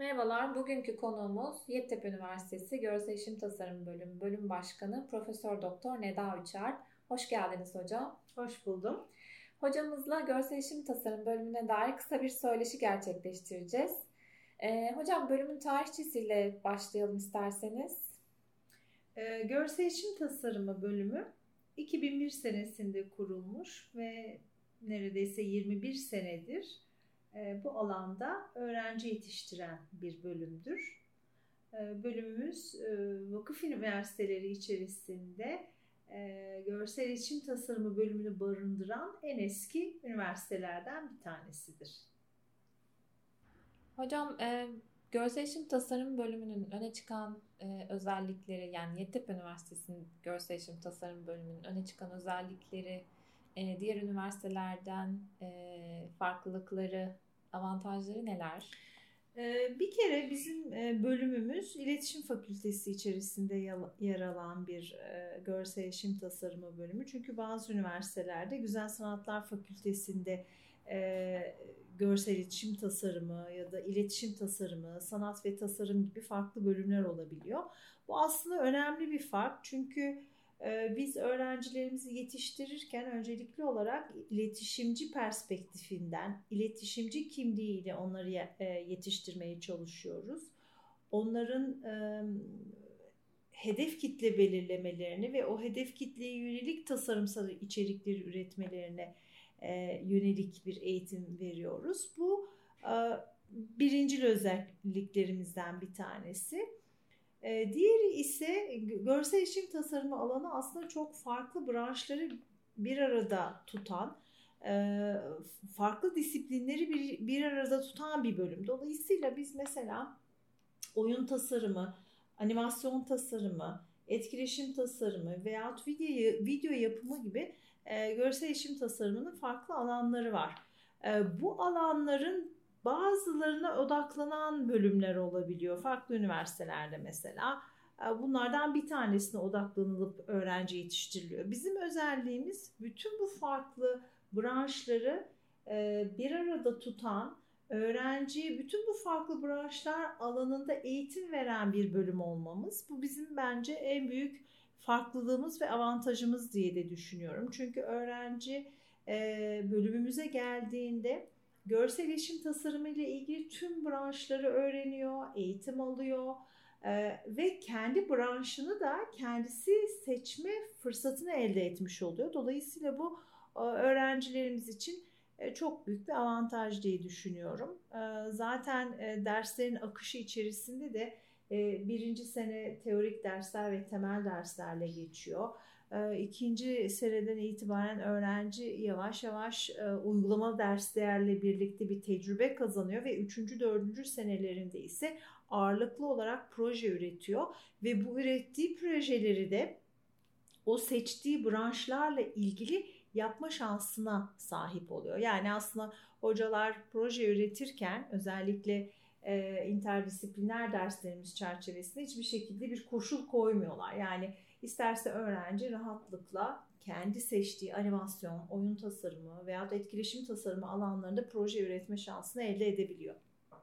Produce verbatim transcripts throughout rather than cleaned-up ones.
Merhabalar, bugünkü konuğumuz Yeditepe Üniversitesi Görsel İşim Tasarım Bölümü Bölüm Başkanı Profesör Doktor Neda Uçar. Hoş geldiniz hocam. Hoş buldum. Hocamızla Görsel İşim Tasarım Bölümüne dair kısa bir söyleşi gerçekleştireceğiz. Ee, hocam bölümün tarihçesiyle başlayalım isterseniz. Ee, Görsel İşim Tasarımı bölümü iki bin bir senesinde kurulmuş ve neredeyse yirmi bir senedir e, bu alanda öğrenci yetiştiren bir bölümdür. E, bölümümüz e, vakıf üniversiteleri içerisinde e, Görsel İşim Tasarımı bölümünü barındıran en eski üniversitelerden bir tanesidir. Hocam, e, Görsel İşim Tasarım Bölümünün öne çıkan e, özellikleri, yani Yeditepe Üniversitesi'nin Görsel İşim Tasarım Bölümünün öne çıkan özellikleri, e, diğer üniversitelerden e, farklılıkları, avantajları neler? Ee, Bir kere bizim e, bölümümüz İletişim Fakültesi içerisinde yer alan bir e, görsel iletişim tasarımı bölümü. Çünkü bazı üniversitelerde Güzel Sanatlar Fakültesi'nde e, görsel iletişim tasarımı ya da iletişim tasarımı, sanat ve tasarım gibi farklı bölümler olabiliyor. Bu aslında önemli bir fark çünkü e, biz öğrencilerimizi yetiştirirken öncelikli olarak iletişimci perspektifinden, iletişimci kimliğiyle onları e, yetiştirmeye çalışıyoruz. Onların e, hedef kitle belirlemelerini ve o hedef kitleye yönelik tasarımsal içerikleri üretmelerine e, yönelik bir eğitim veriyoruz. Bu e, birincil özelliklerimizden bir tanesi. E, diğeri ise görsel işim tasarımı alanı aslında çok farklı branşları bir arada tutan, e, farklı disiplinleri bir, bir arada tutan bir bölüm. Dolayısıyla biz mesela oyun tasarımı, animasyon tasarımı, etkileşim tasarımı veyahut video, video yapımı gibi e, görsel işim tasarımının farklı alanları var. E, bu alanların bazılarına odaklanan bölümler olabiliyor. Farklı üniversitelerde mesela. E, bunlardan bir tanesine odaklanılıp öğrenci yetiştiriliyor. Bizim özelliğimiz bütün bu farklı branşları e, bir arada tutan, öğrenciye bütün bu farklı branşlar alanında eğitim veren bir bölüm olmamız. Bu bizim bence en büyük farklılığımız ve avantajımız diye de düşünüyorum. Çünkü öğrenci e, bölümümüze geldiğinde görsel iletişim tasarımı ile ilgili tüm branşları öğreniyor, eğitim alıyor e, ve kendi branşını da kendisi seçme fırsatını elde etmiş oluyor. Dolayısıyla bu öğrencilerimiz için çok büyük bir avantaj diye düşünüyorum. Zaten derslerin akışı içerisinde de birinci sene teorik dersler ve temel derslerle geçiyor. İkinci seneden itibaren öğrenci yavaş yavaş uygulama derslerle birlikte bir tecrübe kazanıyor ve üçüncü, dördüncü senelerinde ise ağırlıklı olarak proje üretiyor ve bu ürettiği projeleri de o seçtiği branşlarla ilgili yapma şansına sahip oluyor. Yani aslında hocalar proje üretirken özellikle e, interdisipliner derslerimiz çerçevesinde hiçbir şekilde bir koşul koymuyorlar. Yani isterse öğrenci rahatlıkla kendi seçtiği animasyon, oyun tasarımı veya da etkileşim tasarımı alanlarında proje üretme şansını elde edebiliyor.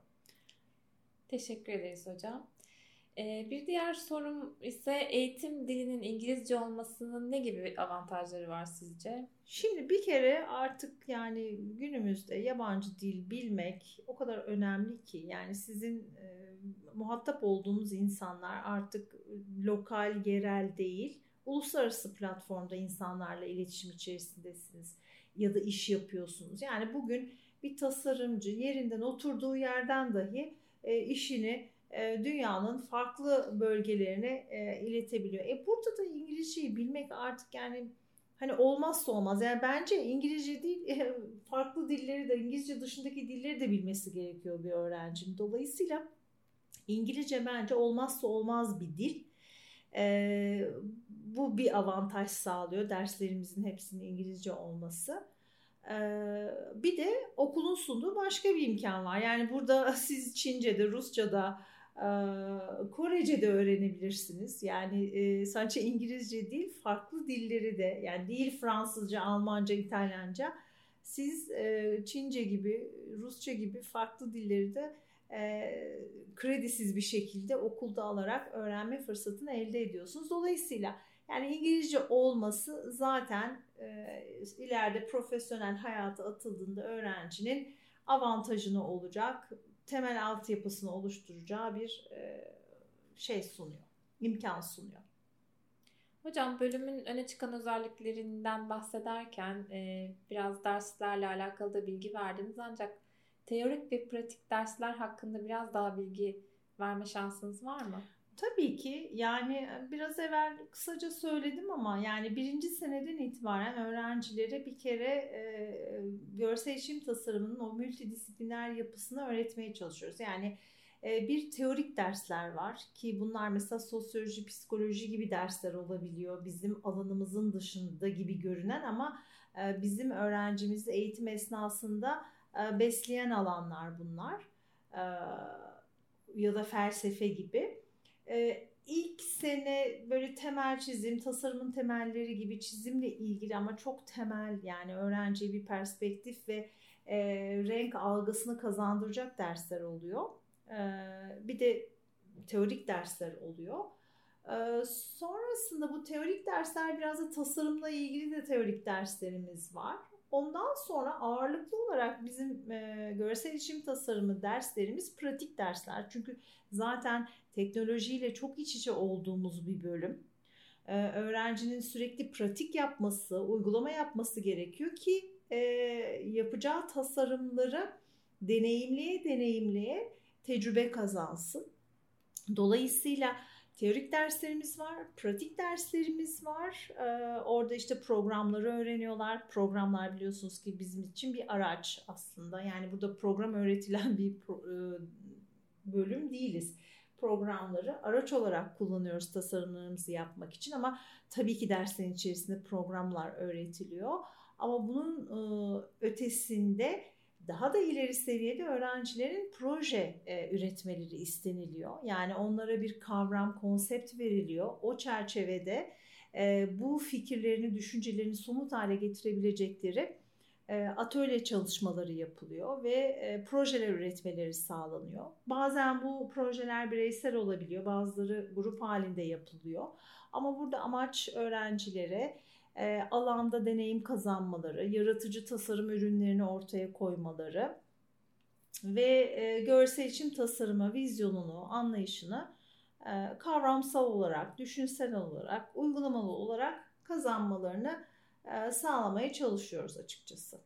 Teşekkür ederiz hocam. Bir diğer sorum ise eğitim dilinin İngilizce olmasının ne gibi avantajları var sizce? Şimdi bir kere artık yani günümüzde yabancı dil bilmek o kadar önemli ki yani sizin e, muhatap olduğunuz insanlar artık lokal, yerel değil, uluslararası platformda insanlarla iletişim içerisindesiniz ya da iş yapıyorsunuz. Yani bugün bir tasarımcı yerinden oturduğu yerden dahi e, işini e, dünyanın farklı bölgelerine e, iletebiliyor. E burada da İngilizceyi bilmek artık yani hani olmazsa olmaz. Yani bence İngilizce değil farklı dilleri de İngilizce dışındaki dilleri de bilmesi gerekiyor bir öğrencinin. Dolayısıyla İngilizce bence olmazsa olmaz bir dil. Ee, bu bir avantaj sağlıyor derslerimizin hepsinin İngilizce olması. Ee, bir de okulun sunduğu başka bir imkan var. Yani burada siz Çince'de, Rusça'da, e, Korece'de öğrenebilirsiniz. Yani e, sadece İngilizce değil, farklı dilleri de yani değil Fransızca, Almanca, İtalyanca. Siz e, Çince gibi, Rusça gibi farklı dilleri de e, kredisiz bir şekilde okulda alarak öğrenme fırsatını elde ediyorsunuz. Dolayısıyla yani İngilizce olması zaten e, ileride profesyonel hayata atıldığında öğrencinin avantajını olacak, temel altyapısını oluşturacağı bir e, şey sunuyor, imkan sunuyor. Hocam bölümün öne çıkan özelliklerinden bahsederken e, biraz derslerle alakalı da bilgi verdiniz. Ancak teorik ve pratik dersler hakkında biraz daha bilgi verme şansınız var mı? Tabii ki yani biraz evvel kısaca söyledim ama yani birinci seneden itibaren öğrencilere bir kere e, görsel iletişim tasarımının o multidisipliner yapısını öğretmeye çalışıyoruz. Yani e, bir teorik dersler var ki bunlar mesela sosyoloji, psikoloji gibi dersler olabiliyor. Bizim alanımızın dışında gibi görünen ama e, bizim öğrencimizi eğitim esnasında e, besleyen alanlar bunlar. E, ya da felsefe gibi. Ee, ilk sene böyle temel çizim, tasarımın temelleri gibi çizimle ilgili ama çok temel yani öğrenciye bir perspektif ve e, renk algısını kazandıracak dersler oluyor. Ee, bir de teorik dersler oluyor. Ee, sonrasında bu teorik dersler biraz da tasarımla ilgili de teorik derslerimiz var. Ondan sonra ağırlıklı olarak bizim e, görsel iletişim tasarımı derslerimiz pratik dersler. Çünkü zaten teknolojiyle çok iç içe olduğumuz bir bölüm. Ee, öğrencinin sürekli pratik yapması, uygulama yapması gerekiyor ki e, yapacağı tasarımları deneyimleye deneyimleye tecrübe kazansın. Dolayısıyla teorik derslerimiz var, pratik derslerimiz var. Ee, orada işte programları öğreniyorlar. Programlar biliyorsunuz ki bizim için bir araç aslında. Yani burada program öğretilen bir pro- e, bölüm değiliz. Programları araç olarak kullanıyoruz tasarımlarımızı yapmak için ama tabii ki derslerin içerisinde programlar öğretiliyor. Ama bunun e, ötesinde daha da ileri seviyede öğrencilerin proje e, üretmeleri isteniliyor. Yani onlara bir kavram, konsept veriliyor. O çerçevede e, bu fikirlerini, düşüncelerini somut hale getirebilecekleri e, atölye çalışmaları yapılıyor ve e, projeler üretmeleri sağlanıyor. Bazen bu projeler bireysel olabiliyor, bazıları grup halinde yapılıyor. Ama burada amaç öğrencilere e, alanda deneyim kazanmaları, yaratıcı tasarım ürünlerini ortaya koymaları ve e, görsel iletişim tasarıma vizyonunu, anlayışını e, kavramsal olarak, düşünsel olarak, uygulamalı olarak kazanmalarını e, sağlamaya çalışıyoruz açıkçası.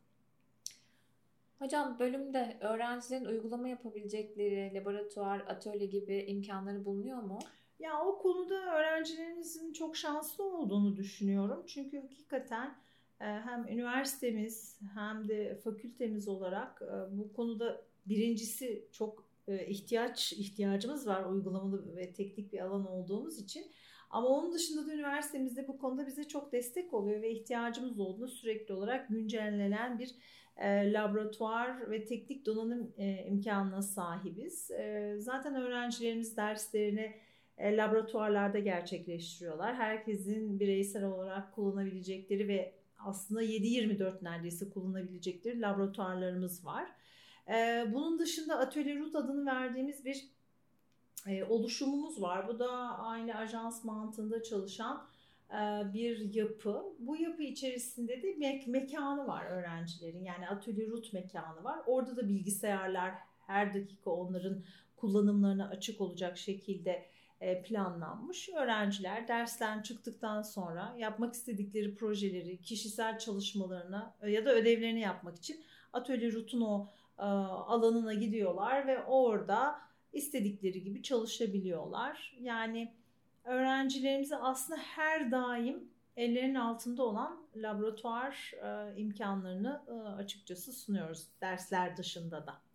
Hocam bölümde öğrencilerin uygulama yapabilecekleri laboratuvar, atölye gibi imkanları bulunuyor mu? Ya o konuda öğrencilerimizin çok şanslı olduğunu düşünüyorum. Çünkü hakikaten e, hem üniversitemiz hem de fakültemiz olarak e, bu konuda birincisi çok e, ihtiyaç ihtiyacımız var uygulamalı ve teknik bir alan olduğumuz için. Ama onun dışında da üniversitemizde bu konuda bize çok destek oluyor ve ihtiyacımız olduğunu sürekli olarak güncellenen bir e, laboratuvar ve teknik donanım e, imkanına sahibiz. E, zaten öğrencilerimiz derslerini e, laboratuvarlarda gerçekleştiriyorlar. Herkesin bireysel olarak kullanabilecekleri ve aslında yedi yirmi dört neredeyse kullanabilecekleri laboratuvarlarımız var. E, bunun dışında Atölye Rut adını verdiğimiz bir e, oluşumumuz var. Bu da aynı ajans mantığında çalışan e, bir yapı. Bu yapı içerisinde de me- mekanı var öğrencilerin. Yani Atölye Rut mekanı var. Orada da bilgisayarlar her dakika onların kullanımlarına açık olacak şekilde planlanmış. Öğrenciler dersten çıktıktan sonra yapmak istedikleri projeleri, kişisel çalışmalarını ya da ödevlerini yapmak için Atölye Rut'un o alanına gidiyorlar ve orada istedikleri gibi çalışabiliyorlar. Yani öğrencilerimize aslında her daim ellerinin altında olan laboratuvar imkanlarını açıkçası sunuyoruz dersler dışında da.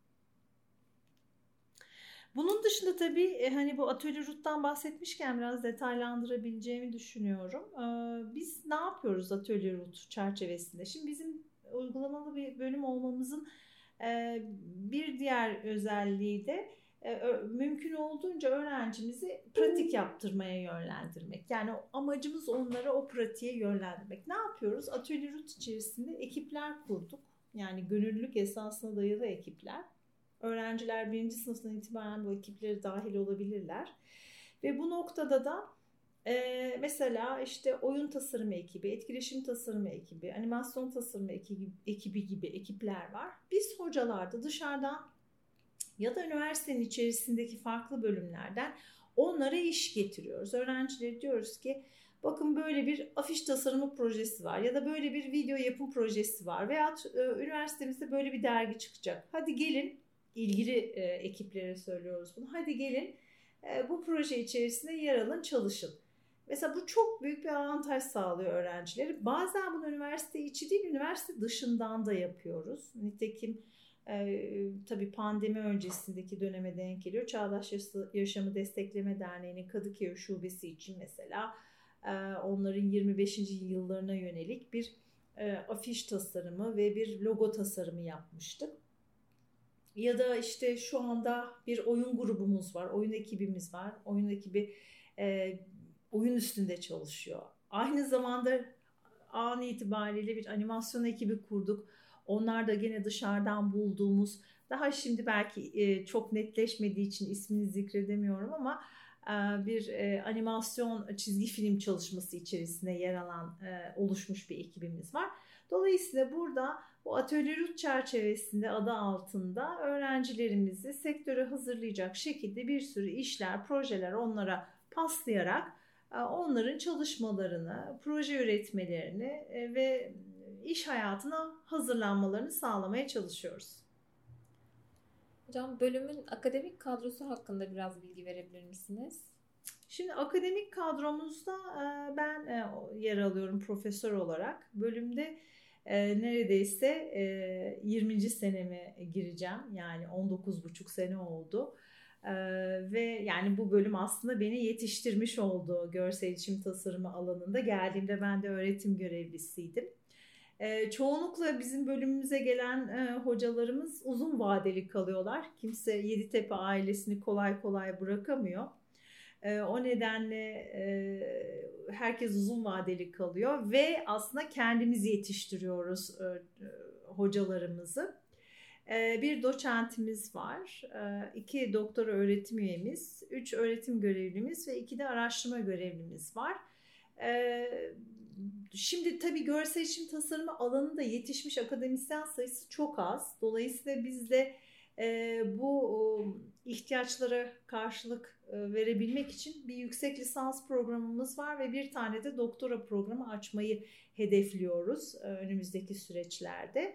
Bunun dışında tabii hani bu Atölye Rut'tan bahsetmişken biraz detaylandırabileceğimi düşünüyorum. Biz ne yapıyoruz Atölye Rut çerçevesinde? Şimdi bizim uygulamalı bir bölüm olmamızın bir diğer özelliği de mümkün olduğunca öğrencimizi pratik yaptırmaya yönlendirmek. Yani amacımız onları o pratiğe yönlendirmek. Ne yapıyoruz? Atölye Rut içerisinde ekipler kurduk. Yani gönüllülük esasına dayalı ekipler. Öğrenciler birinci sınıftan itibaren bu ekiplere dahil olabilirler. Ve bu noktada da e, mesela işte oyun tasarımı ekibi, etkileşim tasarımı ekibi, animasyon tasarımı ekibi, ekibi gibi ekipler var. Biz hocalar da dışarıdan ya da üniversitenin içerisindeki farklı bölümlerden onlara iş getiriyoruz. Öğrencilere diyoruz ki bakın böyle bir afiş tasarımı projesi var ya da böyle bir video yapım projesi var veya e, üniversitemizde böyle bir dergi çıkacak. Hadi gelin, ilgili e, ekiplere söylüyoruz bunu. Hadi gelin e, bu proje içerisinde yer alın, çalışın. Mesela bu çok büyük bir avantaj sağlıyor öğrencileri. Bazen bunu üniversite içi değil, üniversite dışından da yapıyoruz. Nitekim Ee, tabii pandemi öncesindeki döneme denk geliyor. Çağdaş Yaşamı Destekleme Derneği'nin Kadıköy Şubesi için mesela e, onların yirmi beşinci yıllarına yönelik bir e, afiş tasarımı ve bir logo tasarımı yapmıştık. Ya da işte şu anda bir oyun grubumuz var, oyun ekibimiz var. Oyun ekibi e, oyun üstünde çalışıyor. Aynı zamanda an itibariyle bir animasyon ekibi kurduk. Onlar da gene dışarıdan bulduğumuz, daha şimdi belki e, çok netleşmediği için ismini zikredemiyorum ama e, bir e, animasyon çizgi film çalışması içerisinde yer alan e, oluşmuş bir ekibimiz var. Dolayısıyla burada bu Atölye Rut çerçevesinde adı altında öğrencilerimizi sektöre hazırlayacak şekilde bir sürü işler, projeler onlara paslayarak onların çalışmalarını, proje üretmelerini ve iş hayatına hazırlanmalarını sağlamaya çalışıyoruz. Hocam bölümün akademik kadrosu hakkında biraz bilgi verebilir misiniz? Şimdi akademik kadromuzda ben yer alıyorum profesör olarak. Bölümde neredeyse yirminci seneme gireceğim. Yani on dokuz buçuk sene oldu. Ee, ve yani bu bölüm aslında beni yetiştirmiş oldu görsel iletişim tasarımı alanında. Geldiğimde ben de öğretim görevlisiydim. Ee, çoğunlukla bizim bölümümüze gelen e, hocalarımız uzun vadeli kalıyorlar. Kimse Yeditepe ailesini kolay kolay bırakamıyor. E, o nedenle e, herkes uzun vadeli kalıyor ve aslında kendimiz yetiştiriyoruz e, e, hocalarımızı. Bir doçentimiz var, iki doktora öğretim üyemiz, üç öğretim görevlimiz ve iki de araştırma görevlimiz var. Şimdi tabii görsel iletişim tasarımı alanında yetişmiş akademisyen sayısı çok az. Dolayısıyla biz de bu ihtiyaçlara karşılık verebilmek için bir yüksek lisans programımız var ve bir tane de doktora programı açmayı hedefliyoruz önümüzdeki süreçlerde.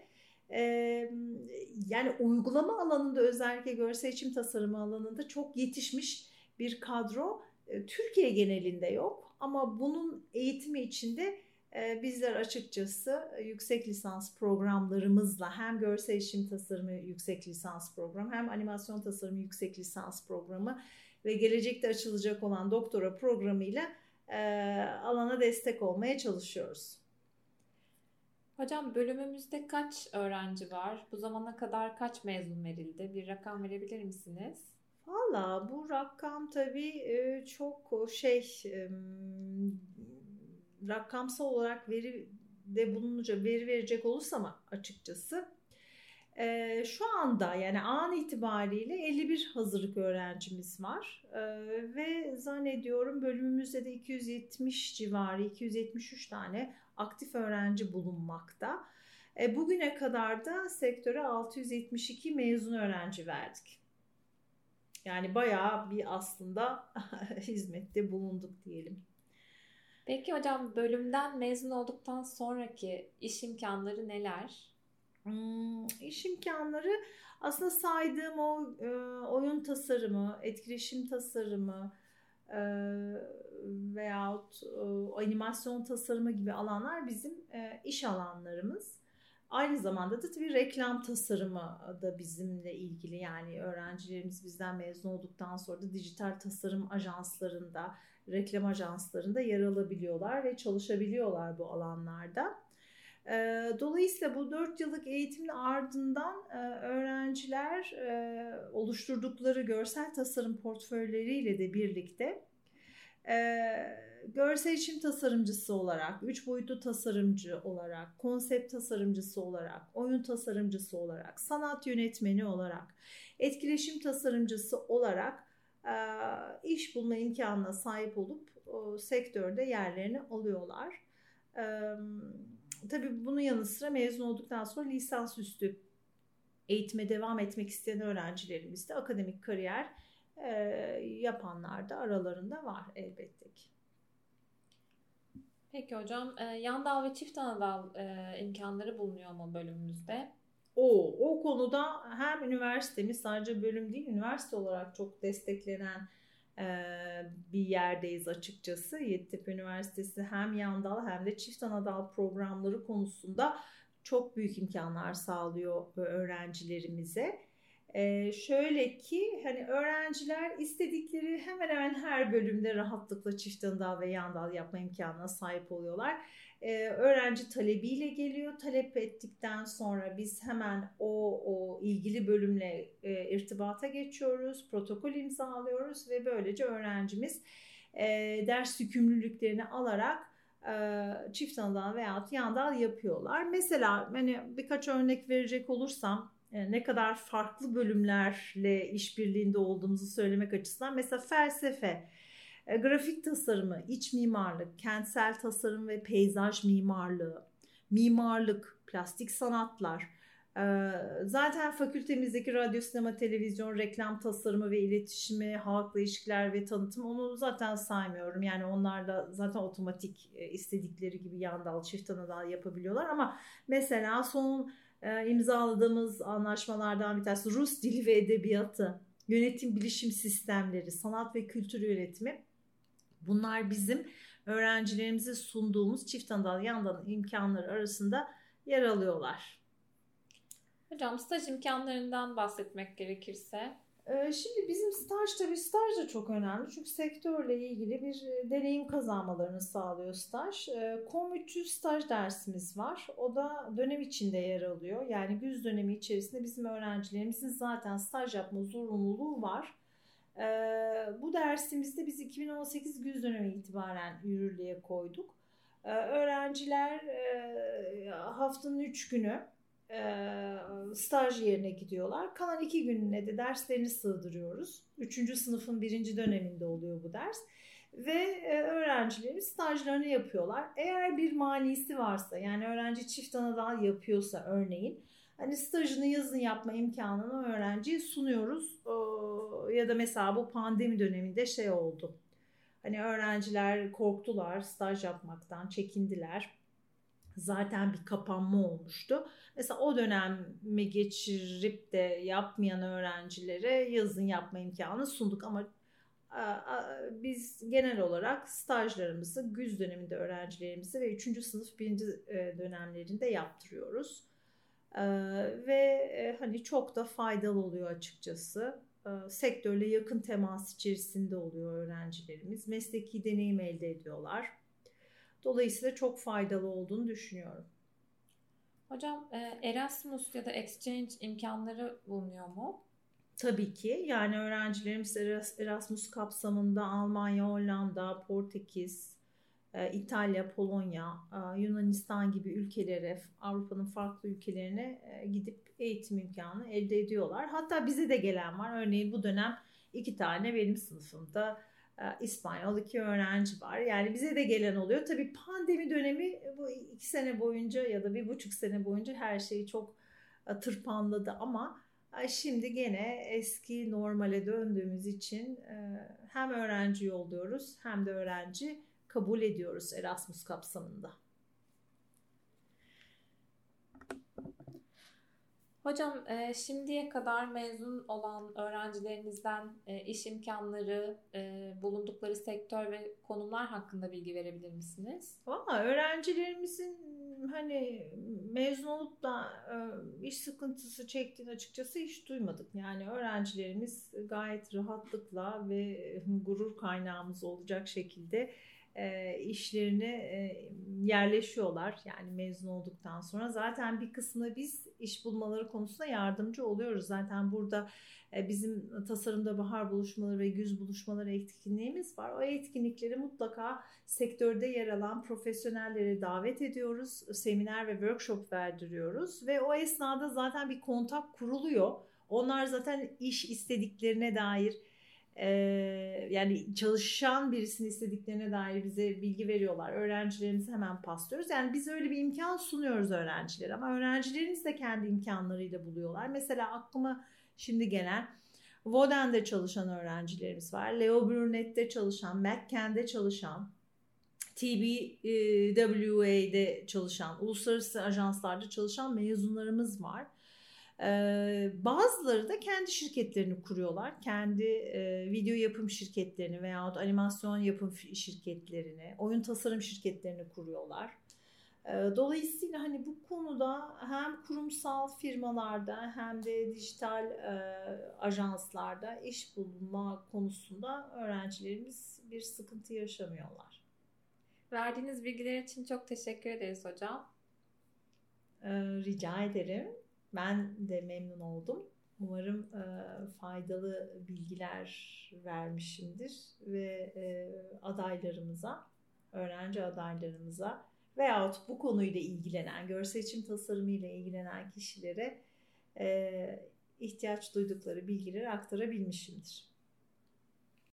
Yani uygulama alanında özellikle görsel iletişim tasarımı alanında çok yetişmiş bir kadro Türkiye genelinde yok. Ama bunun eğitimi içinde bizler açıkçası yüksek lisans programlarımızla hem görsel iletişim tasarımı yüksek lisans programı hem animasyon tasarımı yüksek lisans programı ve gelecekte açılacak olan doktora programıyla alana destek olmaya çalışıyoruz. Hocam bölümümüzde kaç öğrenci var? Bu zamana kadar kaç mezun verildi? Bir rakam verebilir misiniz? Valla bu rakam tabii çok şey rakamsal olarak veri de bulununca veri verecek olursam açıkçası şu anda yani an itibariyle elli bir hazırlık öğrencimiz var ve zannediyorum bölümümüzde de iki yüz yetmiş civarı iki yüz yetmiş üç tane aktif öğrenci bulunmakta. E, bugüne kadar da sektöre altı yüz yetmiş iki mezun öğrenci verdik. Yani bayağı bir aslında hizmette bulunduk diyelim. Peki hocam bölümden mezun olduktan sonraki iş imkanları neler? Hmm, iş imkanları aslında saydığım o e, oyun tasarımı, etkileşim tasarımı, e, veyahut e, animasyon tasarımı gibi alanlar bizim e, iş alanlarımız. Aynı zamanda da tabii reklam tasarımı da bizimle ilgili, yani öğrencilerimiz bizden mezun olduktan sonra da dijital tasarım ajanslarında, reklam ajanslarında yer alabiliyorlar ve çalışabiliyorlar bu alanlarda. Dolayısıyla bu dört yıllık eğitimin ardından öğrenciler oluşturdukları görsel tasarım portföyleriyle de birlikte Ee, görsel iletişim tasarımcısı olarak, üç boyutlu tasarımcı olarak, konsept tasarımcısı olarak, oyun tasarımcısı olarak, sanat yönetmeni olarak, etkileşim tasarımcısı olarak e, iş bulma imkanına sahip olup o sektörde yerlerini alıyorlar. E, tabii bunun yanı sıra mezun olduktan sonra lisansüstü eğitime devam etmek isteyen öğrencilerimiz de akademik kariyer e, yapanlar da aralarında var elbette ki. Peki hocam, e, yan dal ve çift ana dal e, imkanları bulunuyor mu bölümümüzde? O, o konuda hem üniversitemiz sadece bölüm değil, üniversite olarak çok desteklenen e, bir yerdeyiz açıkçası. Yeditepe Üniversitesi hem yan dal hem de çift ana dal programları konusunda çok büyük imkanlar sağlıyor öğrencilerimize. Ee, şöyle ki hani öğrenciler istedikleri hemen hemen her bölümde rahatlıkla çift ana dal ve yan dal yapma imkanına sahip oluyorlar. Ee, öğrenci talebiyle geliyor. Talep ettikten sonra biz hemen o, o ilgili bölümle e, irtibata geçiyoruz, protokol imzalıyoruz ve böylece öğrencimiz e, ders yükümlülüklerini alarak çift ana dal veya yan dal yapıyorlar. Mesela hani birkaç örnek verecek olursam ne kadar farklı bölümlerle işbirliğinde olduğumuzu söylemek açısından mesela felsefe, grafik tasarımı, iç mimarlık, kentsel tasarım ve peyzaj mimarlığı, mimarlık, plastik sanatlar, zaten fakültemizdeki radyo, sinema, televizyon, reklam tasarımı ve iletişimi, halkla ilişkiler ve tanıtım, onu zaten saymıyorum. Yani onlar da zaten otomatik istedikleri gibi yan dal, çift ana dal yapabiliyorlar. Ama mesela son imzaladığımız anlaşmalardan bir tanesi Rus dili ve edebiyatı, yönetim bilişim sistemleri, sanat ve kültür yönetimi. Bunlar bizim öğrencilerimize sunduğumuz çift ana dal, yan dal imkanları arasında yer alıyorlar. Hocam staj imkanlarından bahsetmek gerekirse? Şimdi bizim staj, tabii staj da çok önemli. Çünkü sektörle ilgili bir deneyim kazanmalarını sağlıyor staj. Kom üç yüz staj dersimiz var. O da dönem içinde yer alıyor. Yani güz dönemi içerisinde bizim öğrencilerimizin zaten staj yapma zorunluluğu var. Bu dersimizde biz iki bin on sekiz güz dönemi itibaren yürürlüğe koyduk. Öğrenciler haftanın üç günü staj yerine gidiyorlar. Kalan iki gününe de derslerini sığdırıyoruz. Üçüncü sınıfın birinci döneminde oluyor bu ders. Ve öğrencilerimiz stajlarını yapıyorlar. Eğer bir manisi varsa, yani öğrenci çift ana dal yapıyorsa örneğin, hani stajını yazın yapma imkanını öğrenciye sunuyoruz. Ya da mesela bu pandemi döneminde şey oldu. Hani öğrenciler korktular staj yapmaktan, çekindiler. Zaten bir kapanma olmuştu. Mesela o dönemi geçirip de yapmayan öğrencilere yazın yapma imkanı sunduk ama biz genel olarak stajlarımızı güz döneminde öğrencilerimizi ve üçüncü sınıf birinci dönemlerinde yaptırıyoruz. Ve hani çok da faydalı oluyor açıkçası. Sektörle yakın temas içerisinde oluyor öğrencilerimiz. Mesleki deneyim elde ediyorlar. Dolayısıyla çok faydalı olduğunu düşünüyorum. Hocam Erasmus ya da exchange imkanları bulunuyor mu? Tabii ki. Yani öğrencilerimiz Erasmus kapsamında Almanya, Hollanda, Portekiz, İtalya, Polonya, Yunanistan gibi ülkelere, Avrupa'nın farklı ülkelerine gidip eğitim imkanı elde ediyorlar. Hatta bize de gelen var. Örneğin bu dönem iki tane benim sınıfımda İspanyol iki öğrenci var. Yani bize de gelen oluyor. Tabii pandemi dönemi bu iki sene boyunca ya da bir buçuk sene boyunca her şeyi çok tırpanladı ama şimdi gene eski normale döndüğümüz için hem öğrenci yolluyoruz hem de öğrenci kabul ediyoruz Erasmus kapsamında. Hocam e, şimdiye kadar mezun olan öğrencilerinizden e, iş imkanları, e, bulundukları sektör ve konumlar hakkında bilgi verebilir misiniz? Valla öğrencilerimizin hani mezun olup da e, iş sıkıntısı çektiğini açıkçası hiç duymadık. Yani öğrencilerimiz gayet rahatlıkla ve gurur kaynağımız olacak şekilde e, işlerini e, yerleşiyorlar. Yani mezun olduktan sonra zaten bir kısmına biz iş bulmaları konusunda yardımcı oluyoruz. Zaten burada e, bizim tasarımda bahar buluşmaları ve güz buluşmaları etkinliğimiz var. O etkinlikleri mutlaka sektörde yer alan profesyonelleri davet ediyoruz. Seminer ve workshop verdiriyoruz ve o esnada zaten bir kontak kuruluyor. Onlar zaten iş istediklerine dair, Ee, yani çalışan birisini istediklerine dair bize bilgi veriyorlar. Öğrencilerimizi hemen paslıyoruz. Yani biz öyle bir imkan sunuyoruz öğrencilere, ama öğrencilerimiz de kendi imkanlarıyla buluyorlar. Mesela aklıma şimdi gelen Voden'de çalışan öğrencilerimiz var. Leo Burnett'te çalışan, McCann'de çalışan, T B W A'de çalışan, uluslararası ajanslarda çalışan mezunlarımız var. Ee, bazıları da kendi şirketlerini kuruyorlar. Kendi e, video yapım şirketlerini veyahut animasyon yapım şirketlerini, oyun tasarım şirketlerini kuruyorlar. Ee, dolayısıyla hani bu konuda hem kurumsal firmalarda hem de dijital e, ajanslarda iş bulma konusunda öğrencilerimiz bir sıkıntı yaşamıyorlar. Verdiğiniz bilgiler için çok teşekkür ederiz hocam. Ee, rica ederim. Ben de memnun oldum. Umarım e, faydalı bilgiler vermişimdir ve e, adaylarımıza, öğrenci adaylarımıza veyahut bu konuyla ilgilenen, görsel iletişim tasarımı ile ilgilenen kişilere e, ihtiyaç duydukları bilgileri aktarabilmişimdir.